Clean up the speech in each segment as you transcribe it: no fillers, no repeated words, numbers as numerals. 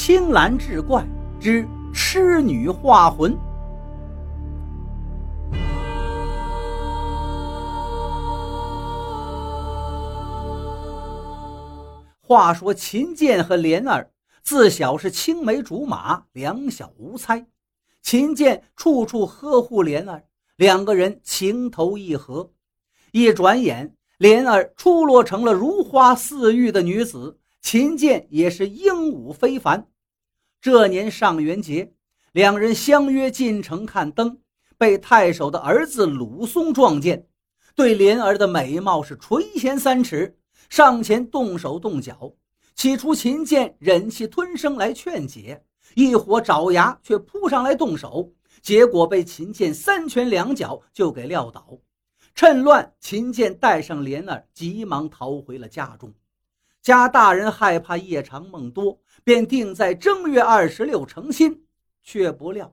青蓝志怪之痴女化魂。话说秦剑和莲儿自小是青梅竹马，两小无猜。秦剑处处呵护莲儿，两个人情投意合。一转眼，莲儿出落成了如花似玉的女子，秦剑也是英武非凡。这年上元节，两人相约进城看灯，被太守的儿子鲁松撞见，对莲儿的美貌是垂涎三尺，上前动手动脚。起初秦剑忍气吞声来劝解，一伙爪牙却扑上来动手，结果被秦剑三拳两脚就给撂倒。趁乱，秦剑带上莲儿急忙逃回了家中。家大人害怕夜长梦多，便定在正月26成亲。却不料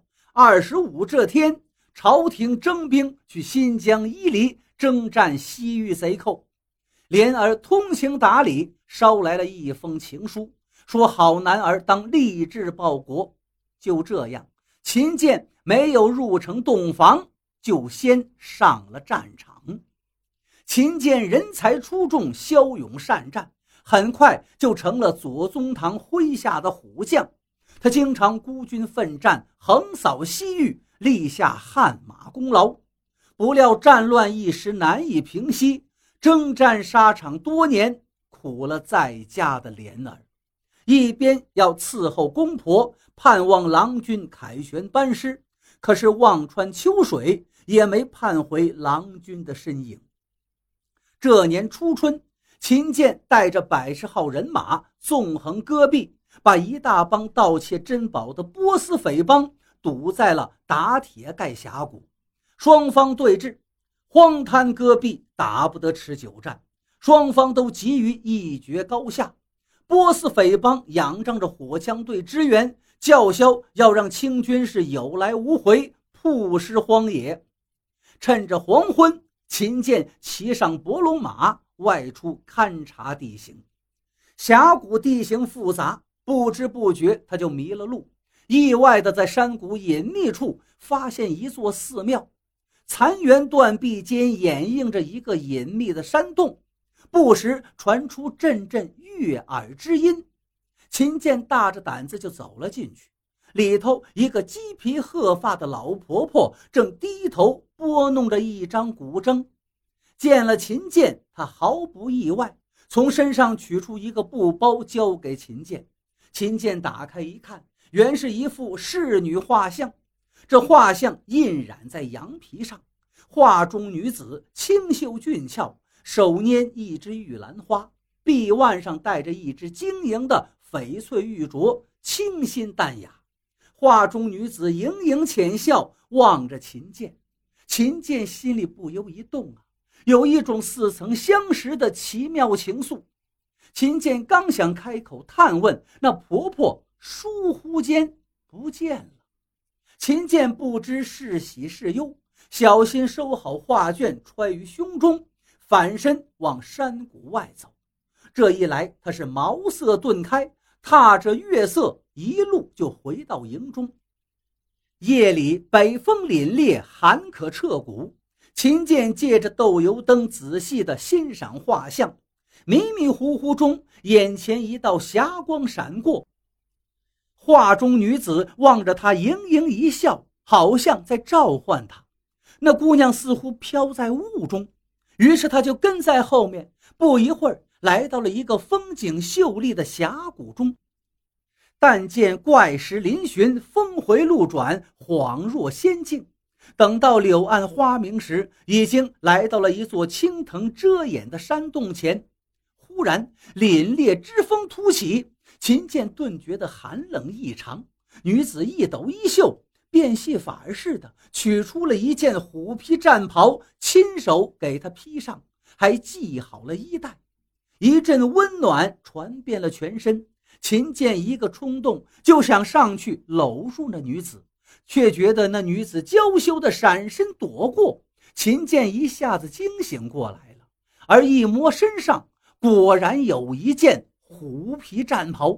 25这天，朝廷征兵去新疆伊犁征战西域贼寇。莲儿通情达理，捎来了一封情书，说好男儿当立志报国。就这样，秦剑没有入城洞房，就先上了战场。秦剑人才出众，骁勇善战，很快就成了左宗棠麾下的虎将。他经常孤军奋战，横扫西域，立下汗马功劳。不料战乱一时难以平息，征战沙场多年，苦了在家的莲儿。一边要伺候公婆，盼望郎君凯旋班师，可是望穿秋水，也没盼回郎君的身影。这年初春，秦剑带着100号人马纵横戈壁，把一大帮盗窃珍宝的波斯匪帮堵在了打铁盖峡谷。双方对峙，荒滩戈壁，打不得持久战，双方都急于一决高下。波斯匪帮仰仗着火枪队支援，叫嚣要让清军是有来无回，曝尸荒野。趁着黄昏，秦剑骑上伯龙马外出勘察地形。峡谷地形复杂，不知不觉他就迷了路，意外的在山谷隐秘处发现一座寺庙，残垣断壁间掩映着一个隐秘的山洞，不时传出阵阵悦耳之音。秦剑大着胆子就走了进去，里头一个鸡皮鹤发的老婆婆正低头拨弄着一张古筝。见了秦剑，她毫不意外，从身上取出一个布包交给秦剑。秦剑打开一看，原是一幅仕女画像。这画像印染在羊皮上，画中女子清秀俊俏，手拈一只玉兰花，臂腕上戴着一只晶莹的翡翠玉镯，清新淡雅。画中女子盈盈浅笑，望着秦剑。秦剑心里不由一动啊，有一种似曾相识的奇妙情愫。秦剑刚想开口探问，那婆婆疏忽间不见了。秦剑不知是喜是忧，小心收好画卷，揣于胸中，反身往山谷外走。这一来，他是茅塞顿开，踏着月色，一路就回到营中。夜里北风凛冽，寒可彻骨。秦剑借着豆油灯仔细地欣赏画像，迷迷糊糊中，眼前一道霞光闪过，画中女子望着他盈盈一笑，好像在召唤他。那姑娘似乎飘在雾中，于是他就跟在后面，不一会儿来到了一个风景秀丽的峡谷中。但见怪石嶙峋，峰回路转，恍若仙境。等到柳暗花明时，已经来到了一座青藤遮掩的山洞前。忽然凛冽之风突起，秦剑顿觉得寒冷异常。女子一抖衣袖，变戏法似的取出了一件虎皮战袍，亲手给他披上，还系好了衣带。一阵温暖传遍了全身，秦剑一个冲动，就想上去搂住那女子，却觉得那女子娇羞的闪身躲过。秦剑一下子惊醒过来了，而一摸身上，果然有一件虎皮战袍。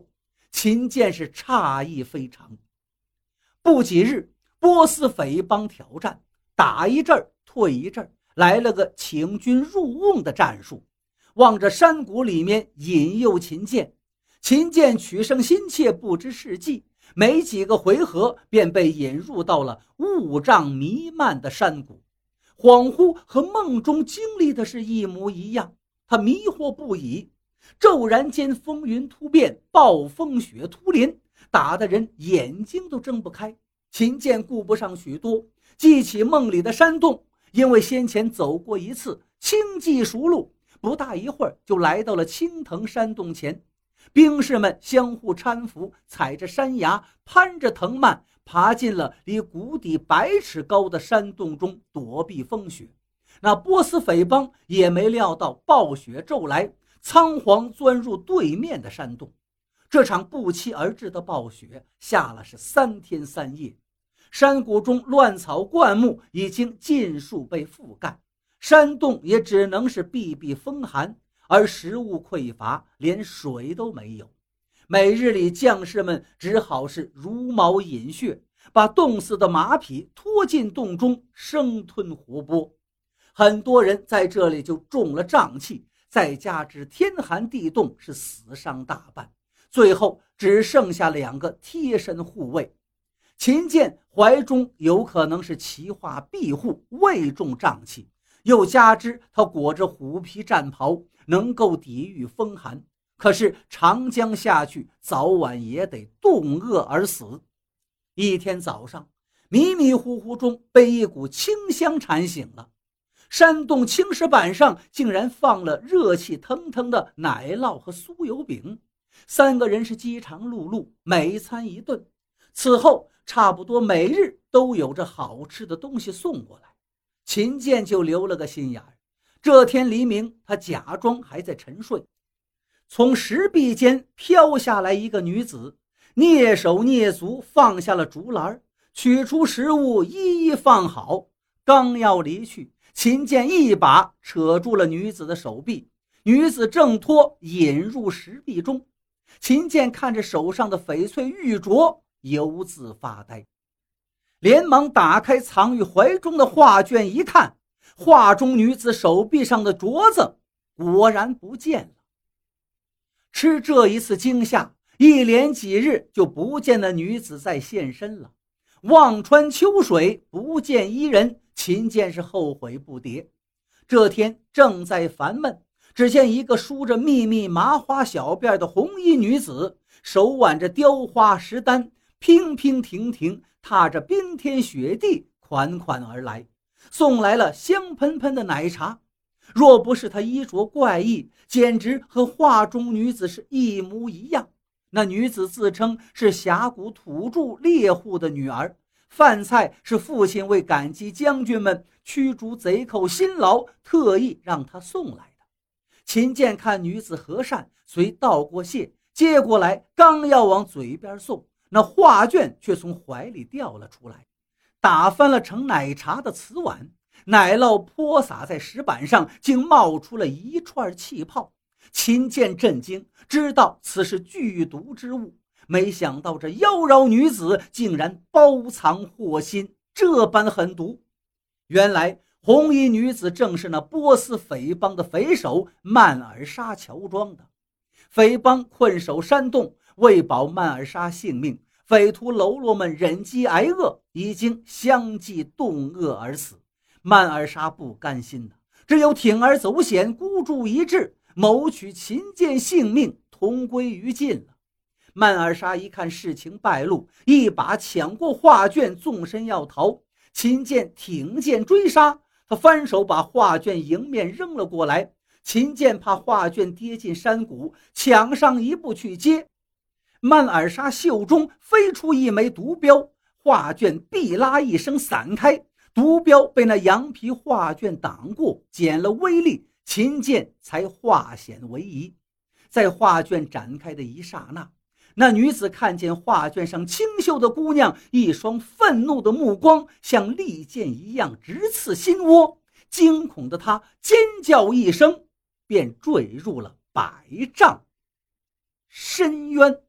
秦建是诧异非常。不几日，波斯匪帮挑战，打一阵儿退一阵儿，来了个请君入瓮的战术，往着山谷里面引诱秦建。秦建取胜心切，不知是计，没几个回合便被引入到了雾瘴弥漫的山谷，恍惚和梦中经历的是一模一样。他迷惑不已，骤然间风云突变，暴风雪突临，打得人眼睛都睁不开。秦建顾不上许多，记起梦里的山洞，因为先前走过一次，轻骑熟路，不大一会儿就来到了青藤山洞前。兵士们相互搀扶，踩着山崖，攀着藤蔓，爬进了离谷底100尺高的山洞中，躲避风雪。那波斯匪帮也没料到暴雪骤来，仓皇钻入对面的山洞。这场不期而至的暴雪下了是3天3夜，山谷中乱草灌木已经尽数被覆盖，山洞也只能是避避风寒，而食物匮乏，连水都没有。每日里将士们只好是茹毛饮血，把冻死的马匹拖进洞中生吞活剥。很多人在这里就中了瘴气，再加之天寒地冻，是死伤大半，最后只剩下2个贴身护卫。秦建怀中有可能是奇化庇护，未中瘴气，又加之他裹着虎皮战袍，能够抵御风寒，可是长江下去，早晚也得冻饿而死。一天早上，迷迷糊糊中被一股清香馋醒了，山洞青石板上竟然放了热气腾腾的奶酪和酥油饼，3个人是饥肠辘辘，每餐一顿。此后差不多每日都有着好吃的东西送过来，秦建就留了个心眼儿。这天黎明，他假装还在沉睡，从石壁间飘下来一个女子，蹑手蹑足放下了竹篮，取出食物一一放好，刚要离去，秦建一把扯住了女子的手臂，女子挣脱，引入石壁中。秦建看着手上的翡翠玉镯，犹自发呆，连忙打开藏于怀中的画卷一看，画中女子手臂上的镯子果然不见了。吃这一次惊吓，一连几日就不见那女子再现身了。望穿秋水，不见伊人，秦建是后悔不迭。这天正在烦闷，只见一个梳着密密麻花小辫的红衣女子，手挽着雕花石丹，娉娉婷婷踏着冰天雪地款款而来，送来了香喷喷的奶茶。若不是她衣着怪异，简直和画中女子是一模一样。那女子自称是峡谷土著猎户的女儿，饭菜是父亲为感激将军们驱逐贼寇辛劳，特意让她送来的。秦建看女子和善，遂道过谢，接过来刚要往嘴边送，那画卷却从怀里掉了出来，打翻了盛奶茶的瓷碗，奶酪泼洒在石板上，竟冒出了一串气泡。秦建震惊，知道此是剧毒之物，没想到这妖娆女子竟然包藏祸心，这般狠毒。原来红衣女子正是那波斯匪帮的匪首曼尔沙乔装的。匪帮困守山洞，为保曼尔沙性命，匪徒喽啰们忍饥挨饿，已经相继冻饿而死。曼尔沙不甘心了，只有铤而走险，孤注一掷，谋取秦建性命，同归于尽了。曼尔沙一看事情败露，一把抢过画卷，纵身要逃。秦建挺剑追杀，他翻手把画卷迎面扔了过来。秦建怕画卷跌进山谷，抢上一步去接。曼尔沙袖中飞出一枚毒镖，画卷毕拉一声散开，毒镖被那羊皮画卷挡过，减了威力，秦建才化险为夷。在画卷展开的一刹那，那女子看见画卷上清秀的姑娘，一双愤怒的目光像利剑一样直刺心窝，惊恐的她尖叫一声，便坠入了100丈深渊。